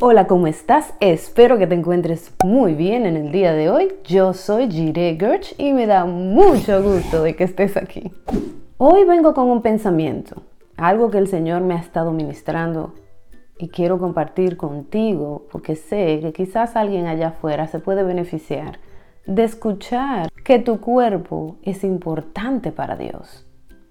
Hola, ¿cómo estás? Espero que te encuentres muy bien en el día de hoy. Yo soy Jireh Gertz y me da mucho gusto de que estés aquí. Hoy vengo con un pensamiento, algo que el Señor me ha estado ministrando y quiero compartir contigo porque sé que quizás alguien allá afuera se puede beneficiar de escuchar que tu cuerpo es importante para Dios.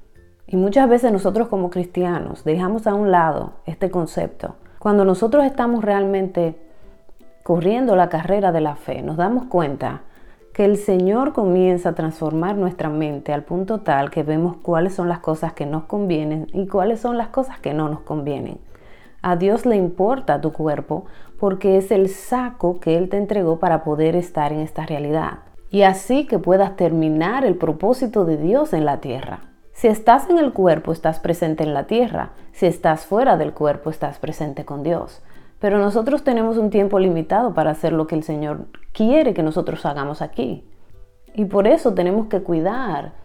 Y muchas veces nosotros como cristianos dejamos a un lado este concepto. Cuando nosotros estamos realmente corriendo la carrera de la fe, nos damos cuenta que el Señor comienza a transformar nuestra mente al punto tal que vemos cuáles son las cosas que nos convienen y cuáles son las cosas que no nos convienen. A Dios le importa tu cuerpo porque es el saco que Él te entregó para poder estar en esta realidad. Y así que puedas terminar el propósito de Dios en la tierra. Si estás en el cuerpo, estás presente en la tierra. Si estás fuera del cuerpo, estás presente con Dios. Pero nosotros tenemos un tiempo limitado para hacer lo que el Señor quiere que nosotros hagamos aquí. Y por eso tenemos que cuidar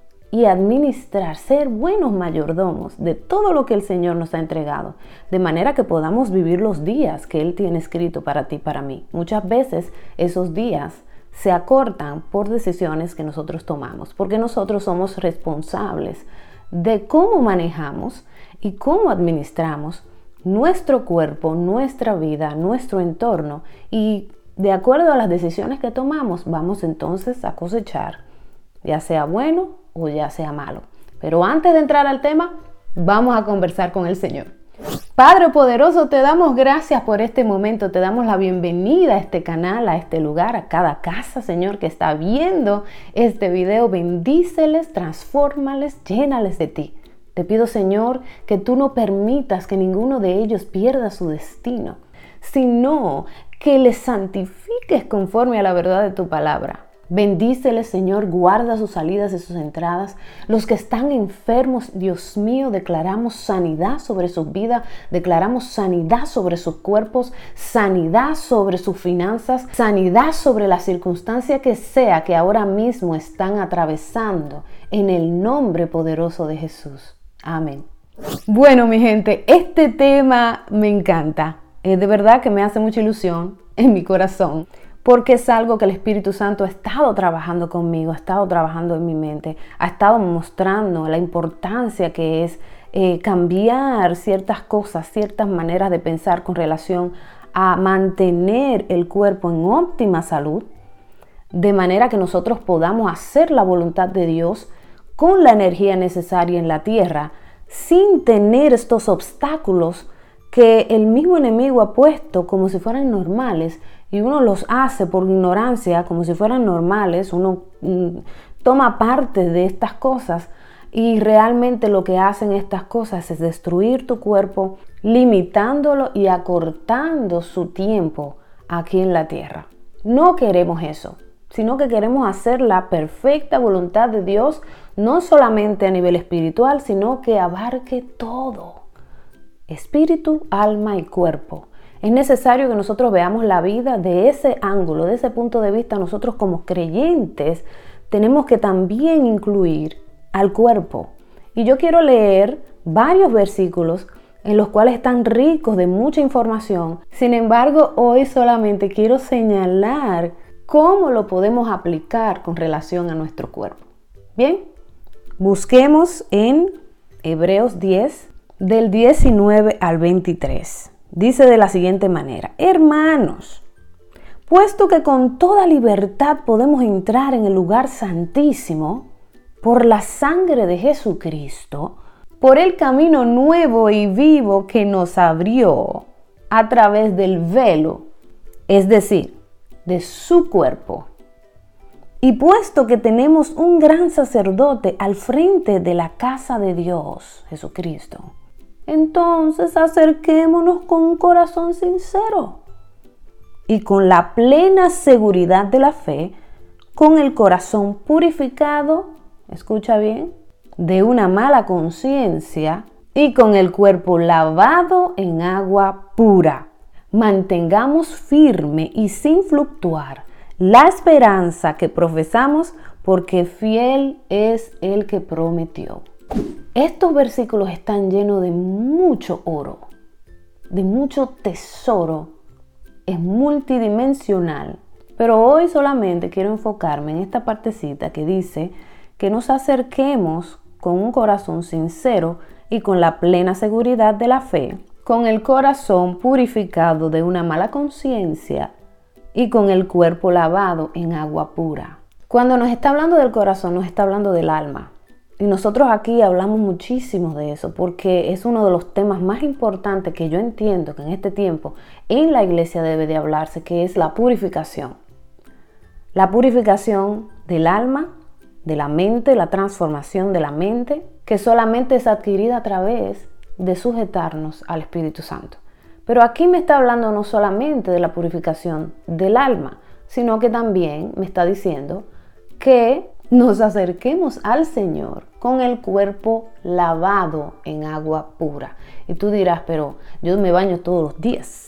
y administrar, ser buenos mayordomos de todo lo que el Señor nos ha entregado, de manera que podamos vivir los días que Él tiene escrito para ti y para mí. Muchas veces esos días se acortan por decisiones que nosotros tomamos, porque nosotros somos responsables de cómo manejamos y cómo administramos nuestro cuerpo, nuestra vida, nuestro entorno, y de acuerdo a las decisiones que tomamos, vamos entonces a cosechar, ya sea bueno o ya sea malo. Pero antes de entrar al tema, vamos a conversar con el Señor. Padre poderoso, te damos gracias por este momento, te damos la bienvenida a este canal, a este lugar, a cada casa, Señor, que está viendo este video. Bendíceles, transfórmales, llénales de ti. Te pido, Señor, que tú no permitas que ninguno de ellos pierda su destino, sino que les santifiques conforme a la verdad de tu palabra. Bendíceles, Señor, guarda sus salidas y sus entradas. Los que están enfermos, Dios mío, declaramos sanidad sobre sus vidas, declaramos sanidad sobre sus cuerpos, sanidad sobre sus finanzas, sanidad sobre la circunstancia que sea que ahora mismo están atravesando, en el nombre poderoso de Jesús. Amén. Bueno, mi gente, este tema me encanta. De verdad que me hace mucha ilusión en mi corazón, porque es algo que el Espíritu Santo ha estado trabajando conmigo, ha estado trabajando en mi mente, ha estado mostrando la importancia que es cambiar ciertas cosas, ciertas maneras de pensar con relación a mantener el cuerpo en óptima salud, de manera que nosotros podamos hacer la voluntad de Dios con la energía necesaria en la tierra, sin tener estos obstáculos que el mismo enemigo ha puesto como si fueran normales, y uno los hace por ignorancia como si fueran normales. Uno toma parte de estas cosas y realmente lo que hacen estas cosas es destruir tu cuerpo, limitándolo y acortando su tiempo aquí en la tierra. No queremos eso, sino que queremos hacer la perfecta voluntad de Dios, no solamente a nivel espiritual, sino que abarque todo: espíritu, alma y cuerpo. Es necesario que nosotros veamos la vida de ese ángulo, de ese punto de vista. Nosotros como creyentes tenemos que también incluir al cuerpo. Y yo quiero leer varios versículos en los cuales están ricos de mucha información. Sin embargo, hoy solamente quiero señalar cómo lo podemos aplicar con relación a nuestro cuerpo. Bien, busquemos en Hebreos 10, del 19 al 23. Dice de la siguiente manera: hermanos, puesto que con toda libertad podemos entrar en el lugar santísimo por la sangre de Jesucristo, por el camino nuevo y vivo que nos abrió a través del velo, es decir, de su cuerpo. Y puesto que tenemos un gran sacerdote al frente de la casa de Dios, Jesucristo, entonces acerquémonos con un corazón sincero y con la plena seguridad de la fe, con el corazón purificado, escucha bien, de una mala conciencia y con el cuerpo lavado en agua pura. Mantengamos firme y sin fluctuar la esperanza que profesamos, porque fiel es el que prometió. Estos versículos están llenos de mucho oro, de mucho tesoro es multidimensional. Pero hoy solamente quiero enfocarme en esta partecita que dice que nos acerquemos con un corazón sincero y con la plena seguridad de la fe, con el corazón purificado de una mala conciencia y con el cuerpo lavado en agua pura. Cuando nos está hablando del corazón, nos está hablando del alma. Y nosotros aquí hablamos muchísimo de eso porque es uno de los temas más importantes que yo entiendo que en este tiempo en la iglesia debe de hablarse, que es la purificación. La purificación del alma, de la mente, la transformación de la mente, que solamente es adquirida a través de sujetarnos al Espíritu Santo. Pero aquí me está hablando no solamente de la purificación del alma, sino que también me está diciendo que nos acerquemos al Señor con el cuerpo lavado en agua pura. Y tú dirás, pero yo me baño todos los días.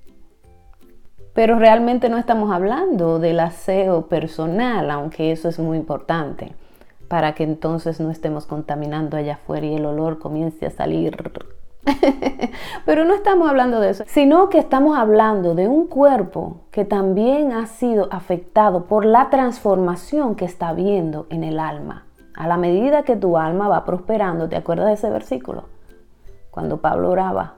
Pero realmente no estamos hablando del aseo personal, aunque eso es muy importante, para que entonces no estemos contaminando allá afuera y el olor comience a salir. Pero no estamos hablando de eso, sino que estamos hablando de un cuerpo que también ha sido afectado por la transformación que está habiendo en el alma. A la medida que tu alma va prosperando, ¿te acuerdas de ese versículo? Cuando Pablo oraba.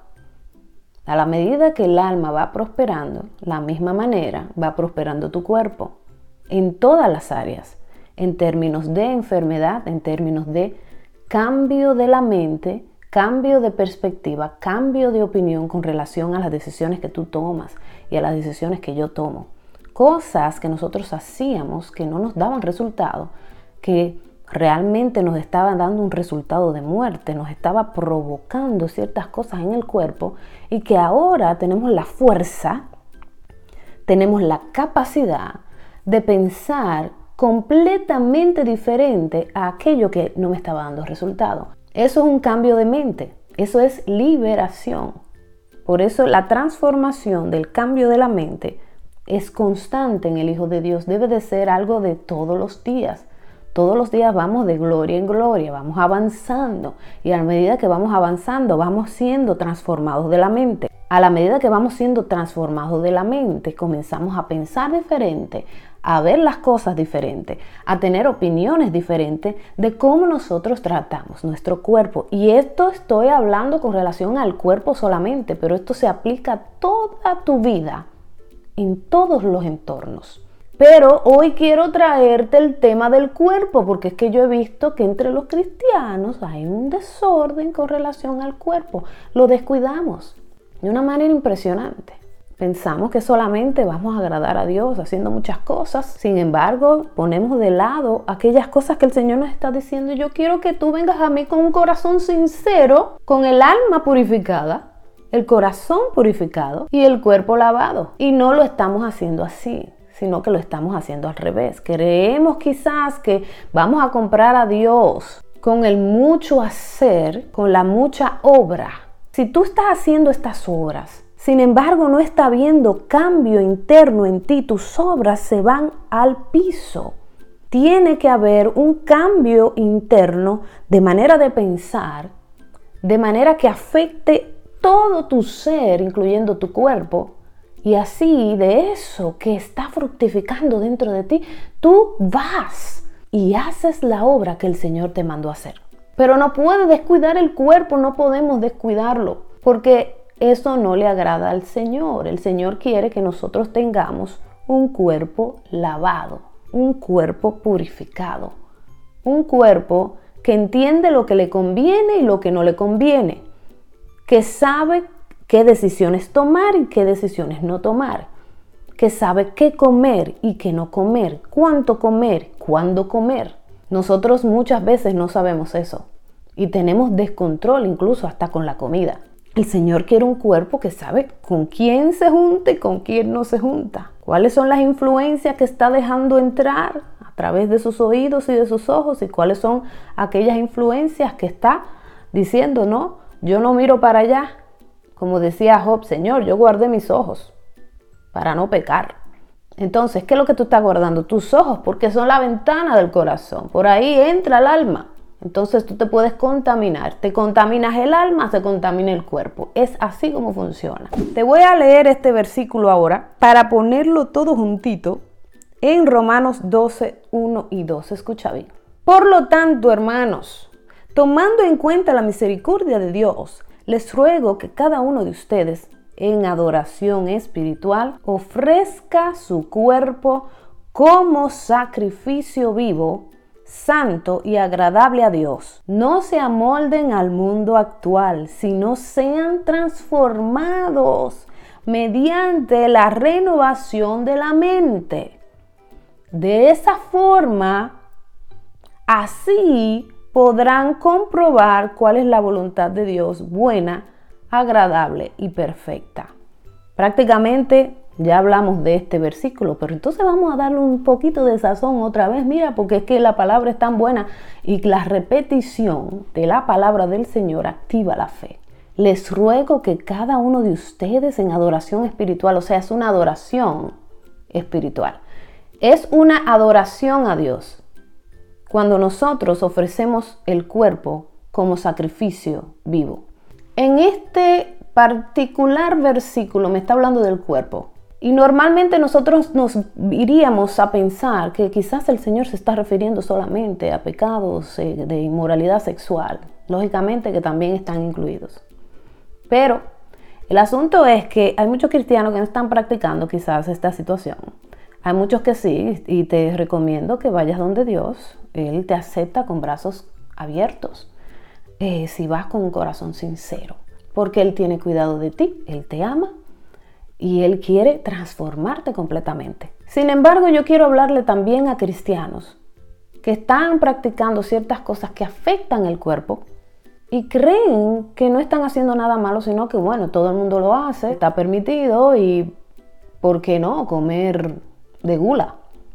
A la medida que el alma va prosperando, la misma manera va prosperando tu cuerpo en todas las áreas, en términos de enfermedad, en términos de cambio de la mente, cambio de perspectiva, cambio de opinión con relación a las decisiones que tú tomas y a las decisiones que yo tomo. Cosas que nosotros hacíamos que no nos daban resultado, que realmente nos estaban dando un resultado de muerte, nos estaba provocando ciertas cosas en el cuerpo y que ahora tenemos la fuerza, tenemos la capacidad de pensar completamente diferente a aquello que no me estaba dando resultado. Eso es un cambio de mente, eso es liberación. Por eso la transformación del cambio de la mente es constante en el Hijo de Dios, debe de ser algo de todos los días. Todos los días vamos de gloria en gloria, vamos avanzando y a medida que vamos avanzando vamos siendo transformados de la mente. A la medida que vamos siendo transformados de la mente comenzamos a pensar diferente, a ver las cosas diferentes, a tener opiniones diferentes de cómo nosotros tratamos nuestro cuerpo. Y esto estoy hablando con relación al cuerpo solamente, pero esto se aplica a toda tu vida, en todos los entornos. Pero hoy quiero traerte el tema del cuerpo, porque es que yo he visto que entre los cristianos hay un desorden con relación al cuerpo. Lo descuidamos de una manera impresionante. Pensamos que solamente vamos a agradar a Dios haciendo muchas cosas. Sin embargo, ponemos de lado aquellas cosas que el Señor nos está diciendo. Yo quiero que tú vengas a mí con un corazón sincero, con el alma purificada, el corazón purificado y el cuerpo lavado. Y no lo estamos haciendo así, sino que lo estamos haciendo al revés. Creemos quizás que vamos a comprar a Dios con el mucho hacer, con la mucha obra. Si tú estás haciendo estas obras, sin embargo no está habiendo cambio interno en ti, tus obras se van al piso. Tiene que haber un cambio interno de manera de pensar, de manera que afecte todo tu ser, incluyendo tu cuerpo. Y así, de eso que está fructificando dentro de ti, tú vas y haces la obra que el Señor te mandó a hacer. Pero no puedes descuidar el cuerpo, no podemos descuidarlo, porque eso no le agrada al Señor. El Señor quiere que nosotros tengamos un cuerpo lavado, un cuerpo purificado, un cuerpo que entiende lo que le conviene y lo que no le conviene, que sabe qué decisiones tomar y qué decisiones no tomar, que sabe qué comer y qué no comer, cuánto comer, cuándo comer. Nosotros muchas veces no sabemos eso y tenemos descontrol incluso hasta con la comida. El Señor quiere un cuerpo que sabe con quién se junta y con quién no se junta, cuáles son las influencias que está dejando entrar a través de sus oídos y de sus ojos y cuáles son aquellas influencias que está diciendo, no, yo no miro para allá. Como decía Job, Señor, yo guardé mis ojos para no pecar. Entonces, ¿qué es lo que tú estás guardando? Tus ojos, porque son la ventana del corazón. Por ahí entra el alma. Entonces tú te puedes contaminar. Te contaminas el alma, se contamina el cuerpo. Es así como funciona. Te voy a leer este versículo ahora para ponerlo todo juntito en Romanos 12, 1 y 2. Escucha bien. Por lo tanto, hermanos, tomando en cuenta la misericordia de Dios, les ruego que cada uno de ustedes, en adoración espiritual, ofrezca su cuerpo como sacrificio vivo, santo y agradable a Dios. No se amolden al mundo actual, sino sean transformados mediante la renovación de la mente. De esa forma, así podrán comprobar cuál es la voluntad de Dios, buena, agradable y perfecta. Prácticamente ya hablamos de este versículo, pero entonces vamos a darle un poquito de sazón otra vez, mira, porque es que la palabra es tan buena y la repetición de la palabra del Señor activa la fe. Les ruego que cada uno de ustedes en adoración espiritual, o sea, es una adoración espiritual, es una adoración a Dios. Cuando nosotros ofrecemos el cuerpo como sacrificio vivo. En este particular versículo me está hablando del cuerpo. Y normalmente nosotros nos iríamos a pensar que quizás el Señor se está refiriendo solamente a pecados de inmoralidad sexual. Lógicamente que también están incluidos. Pero el asunto es que hay muchos cristianos que no están practicando quizás esta situación. Hay muchos que sí, y te recomiendo que vayas donde Dios. Él te acepta con brazos abiertos. Si vas con un corazón sincero. Porque Él tiene cuidado de ti, Él te ama. Y Él quiere transformarte completamente. Sin embargo, yo quiero hablarle también a cristianos que están practicando ciertas cosas que afectan el cuerpo y creen que no están haciendo nada malo, sino que bueno, todo el mundo lo hace, está permitido y ¿por qué no comer de gula?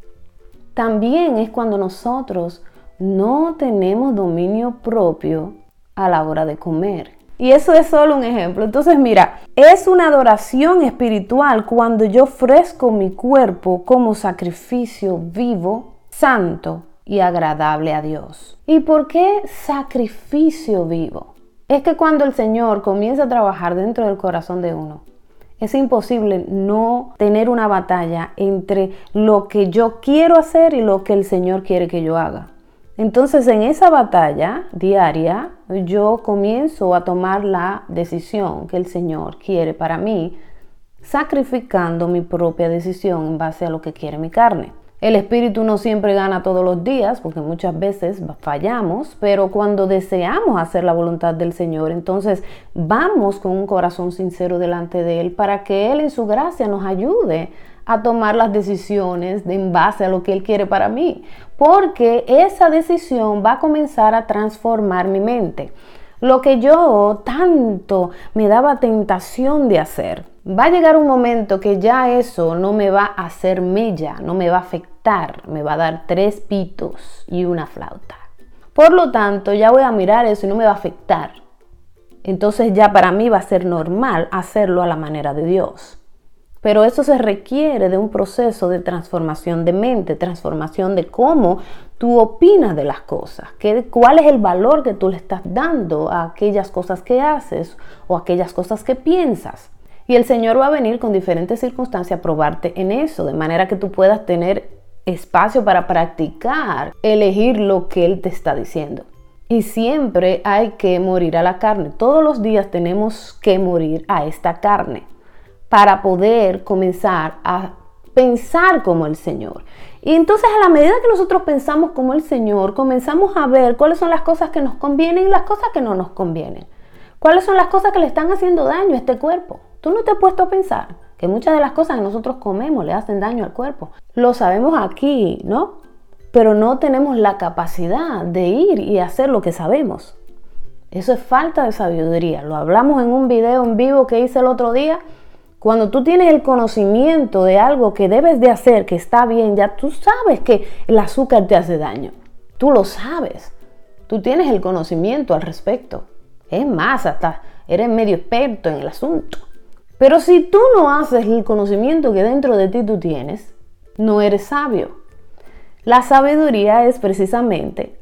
También es cuando nosotros no tenemos dominio propio a la hora de comer. Y eso es solo un ejemplo. Entonces mira, es una adoración espiritual cuando yo ofrezco mi cuerpo como sacrificio vivo, santo y agradable a Dios. ¿Y por qué sacrificio vivo? Es que cuando el Señor comienza a trabajar dentro del corazón de uno, es imposible no tener una batalla entre lo que yo quiero hacer y lo que el Señor quiere que yo haga. Entonces, en esa batalla diaria, yo comienzo a tomar la decisión que el Señor quiere para mí, sacrificando mi propia decisión en base a lo que quiere mi carne. El espíritu no siempre gana todos los días, porque muchas veces fallamos, pero cuando deseamos hacer la voluntad del Señor, entonces vamos con un corazón sincero delante de Él para que Él en su gracia nos ayude a tomar las decisiones en base a lo que Él quiere para mí, porque esa decisión va a comenzar a transformar mi mente. Lo que yo tanto me daba tentación de hacer, va a llegar un momento que ya eso no me va a hacer mella, no me va a afectar, me va a dar 3 pitos y una flauta. Por lo tanto, ya voy a mirar eso y no me va a afectar. Entonces ya para mí va a ser normal hacerlo a la manera de Dios. Pero eso se requiere de un proceso de transformación de mente, transformación de cómo tú opinas de las cosas, cuál es el valor que tú le estás dando a aquellas cosas que haces o aquellas cosas que piensas. Y el Señor va a venir con diferentes circunstancias a probarte en eso, de manera que tú puedas tener espacio para practicar, elegir lo que Él te está diciendo. Y siempre hay que morir a la carne. Todos los días tenemos que morir a esta carne para poder comenzar a pensar como el Señor. Y entonces a la medida que nosotros pensamos como el Señor, comenzamos a ver cuáles son las cosas que nos convienen y las cosas que no nos convienen. Cuáles son las cosas que le están haciendo daño a este cuerpo. Tú no te has puesto a pensar que muchas de las cosas que nosotros comemos le hacen daño al cuerpo. Lo sabemos aquí, ¿no? Pero no tenemos la capacidad de ir y hacer lo que sabemos. Eso es falta de sabiduría. Lo hablamos en un video en vivo que hice el otro día. Cuando tú tienes el conocimiento de algo que debes de hacer, que está bien, ya tú sabes que el azúcar te hace daño. Tú lo sabes. Tú tienes el conocimiento al respecto. Es más, hasta eres medio experto en el asunto. Pero si tú no haces el conocimiento que dentro de ti tú tienes, no eres sabio. La sabiduría es precisamente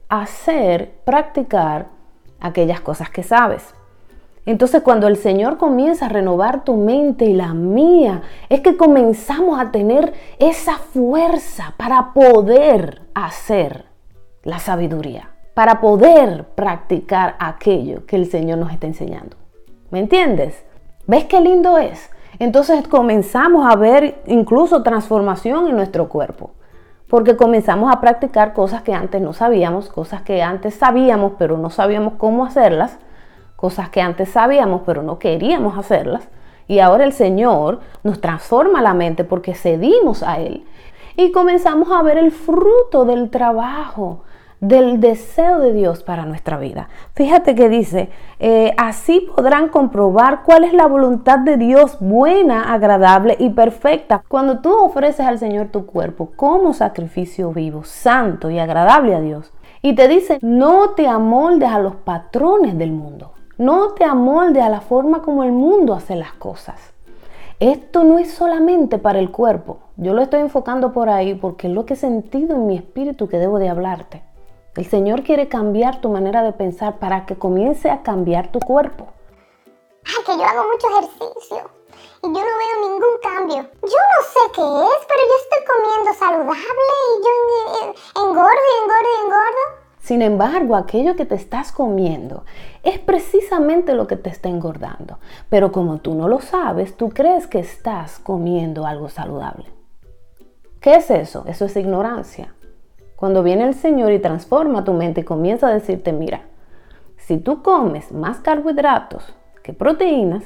practicar aquellas cosas que sabes. Entonces, cuando el Señor comienza a renovar tu mente y la mía, es que comenzamos a tener esa fuerza para poder hacer la sabiduría, para poder practicar aquello que el Señor nos está enseñando. ¿Me entiendes? ¿Ves qué lindo es? Entonces comenzamos a ver incluso transformación en nuestro cuerpo, porque comenzamos a practicar cosas que antes no sabíamos, cosas que antes sabíamos pero no sabíamos cómo hacerlas, cosas que antes sabíamos pero no queríamos hacerlas, y ahora el Señor nos transforma la mente porque cedimos a Él y comenzamos a ver el fruto del trabajo, del deseo de Dios para nuestra vida. Fíjate que dice, así podrán comprobar cuál es la voluntad de Dios buena, agradable y perfecta. Cuando tú ofreces al Señor tu cuerpo como sacrificio vivo, santo y agradable a Dios, y te dice, no te amoldes a los patrones del mundo, no te amoldes a la forma como el mundo hace las cosas. Esto no es solamente para el cuerpo, yo lo estoy enfocando por ahí porque es lo que he sentido en mi espíritu que debo de hablarte. El Señor quiere cambiar tu manera de pensar para que comience a cambiar tu cuerpo. Ay, que yo hago mucho ejercicio y yo no veo ningún cambio. Yo no sé qué es, pero yo estoy comiendo saludable y yo engordo y engordo y engordo. Sin embargo, aquello que te estás comiendo es precisamente lo que te está engordando. Pero como tú no lo sabes, tú crees que estás comiendo algo saludable. ¿Qué es eso? Eso es ignorancia. Cuando viene el Señor y transforma tu mente y comienza a decirte, mira, si tú comes más carbohidratos que proteínas,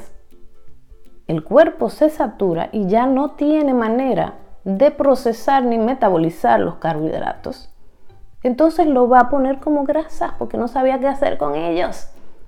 el cuerpo se satura y ya no tiene manera de procesar ni metabolizar los carbohidratos. Entonces lo va a poner como grasa porque no sabía qué hacer con ellos.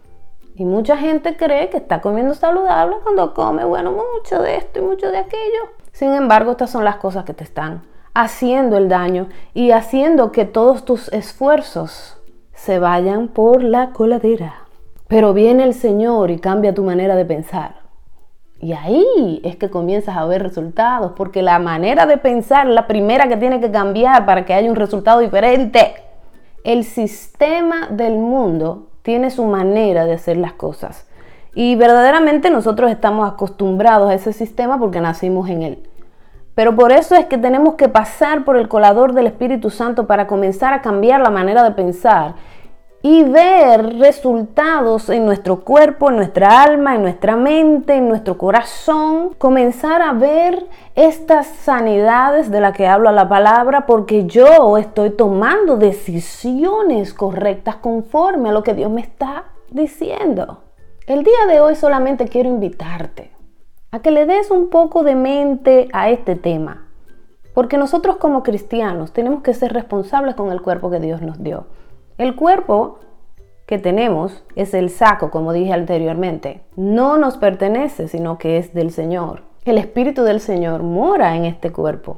Y mucha gente cree que está comiendo saludable cuando come, mucho de esto y mucho de aquello. Sin embargo, estas son las cosas que te están haciendo el daño y haciendo que todos tus esfuerzos se vayan por la coladera. Pero viene el Señor y cambia tu manera de pensar. Y ahí es que comienzas a ver resultados, porque la manera de pensar es la primera que tiene que cambiar para que haya un resultado diferente. El sistema del mundo tiene su manera de hacer las cosas. Y verdaderamente nosotros estamos acostumbrados a ese sistema porque nacimos en él. Pero por eso es que tenemos que pasar por el colador del Espíritu Santo para comenzar a cambiar la manera de pensar y ver resultados en nuestro cuerpo, en nuestra alma, en nuestra mente, en nuestro corazón. Comenzar a ver estas sanidades de las que habla la palabra porque yo estoy tomando decisiones correctas conforme a lo que Dios me está diciendo. El día de hoy solamente quiero invitarte a que le des un poco de mente a este tema, porque nosotros como cristianos tenemos que ser responsables con el cuerpo que Dios nos dio. El cuerpo que tenemos es el saco, como dije anteriormente, no nos pertenece, sino que es del Señor. El Espíritu del Señor mora en este cuerpo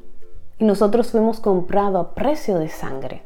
y nosotros fuimos comprados a precio de sangre.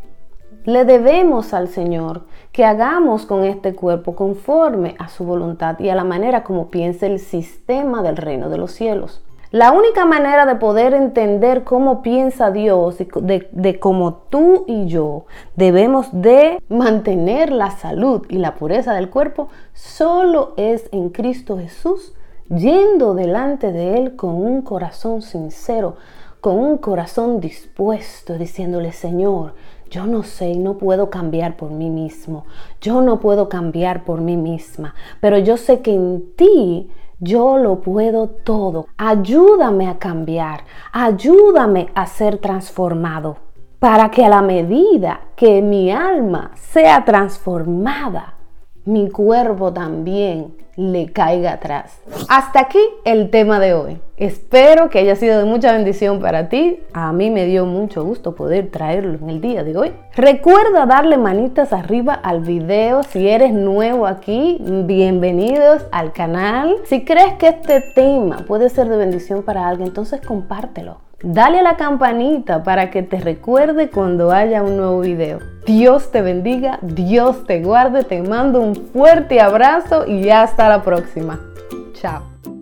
Le debemos al Señor que hagamos con este cuerpo conforme a su voluntad y a la manera como piensa el sistema del reino de los cielos. La única manera de poder entender cómo piensa Dios, de cómo tú y yo debemos de mantener la salud y la pureza del cuerpo, solo es en Cristo Jesús, yendo delante de Él con un corazón sincero, con un corazón dispuesto, diciéndole, Señor, yo no sé y no puedo cambiar por mí mismo. Yo no puedo cambiar por mí misma. Pero yo sé que en ti yo lo puedo todo. Ayúdame a cambiar. Ayúdame a ser transformado. Para que a la medida que mi alma sea transformada, mi cuerpo también le caiga atrás. Hasta aquí el tema de hoy. Espero que haya sido de mucha bendición para ti. A mí me dio mucho gusto poder traerlo en el día de hoy. Recuerda darle manitas arriba al video. Si eres nuevo aquí, bienvenidos al canal. Si crees que este tema puede ser de bendición para alguien, entonces compártelo. Dale a la campanita para que te recuerde cuando haya un nuevo video. Dios te bendiga, Dios te guarde, te mando un fuerte abrazo y hasta la próxima. Chao.